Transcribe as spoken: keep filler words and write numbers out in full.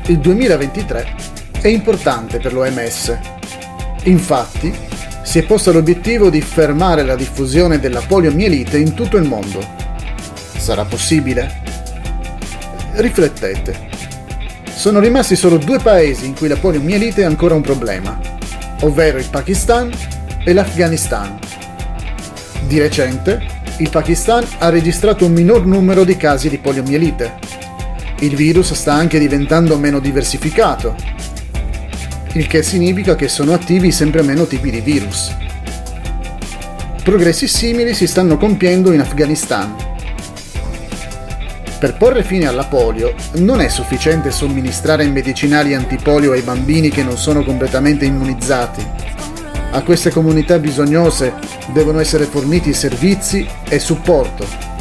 Il duemilaventitré è importante per l'O M S. Infatti, si è posto l'obiettivo di fermare la diffusione della poliomielite in tutto il mondo. Sarà possibile? Riflettete. Sono rimasti solo due paesi in cui la poliomielite è ancora un problema, ovvero il Pakistan e l'Afghanistan. Di recente, il Pakistan ha registrato un minor numero di casi di poliomielite. Il virus sta anche diventando meno diversificato, il che significa che sono attivi sempre meno tipi di virus. Progressi simili si stanno compiendo in Afghanistan. Per porre fine alla polio non è sufficiente somministrare medicinali antipolio ai bambini che non sono completamente immunizzati. A queste comunità bisognose devono essere forniti servizi e supporto.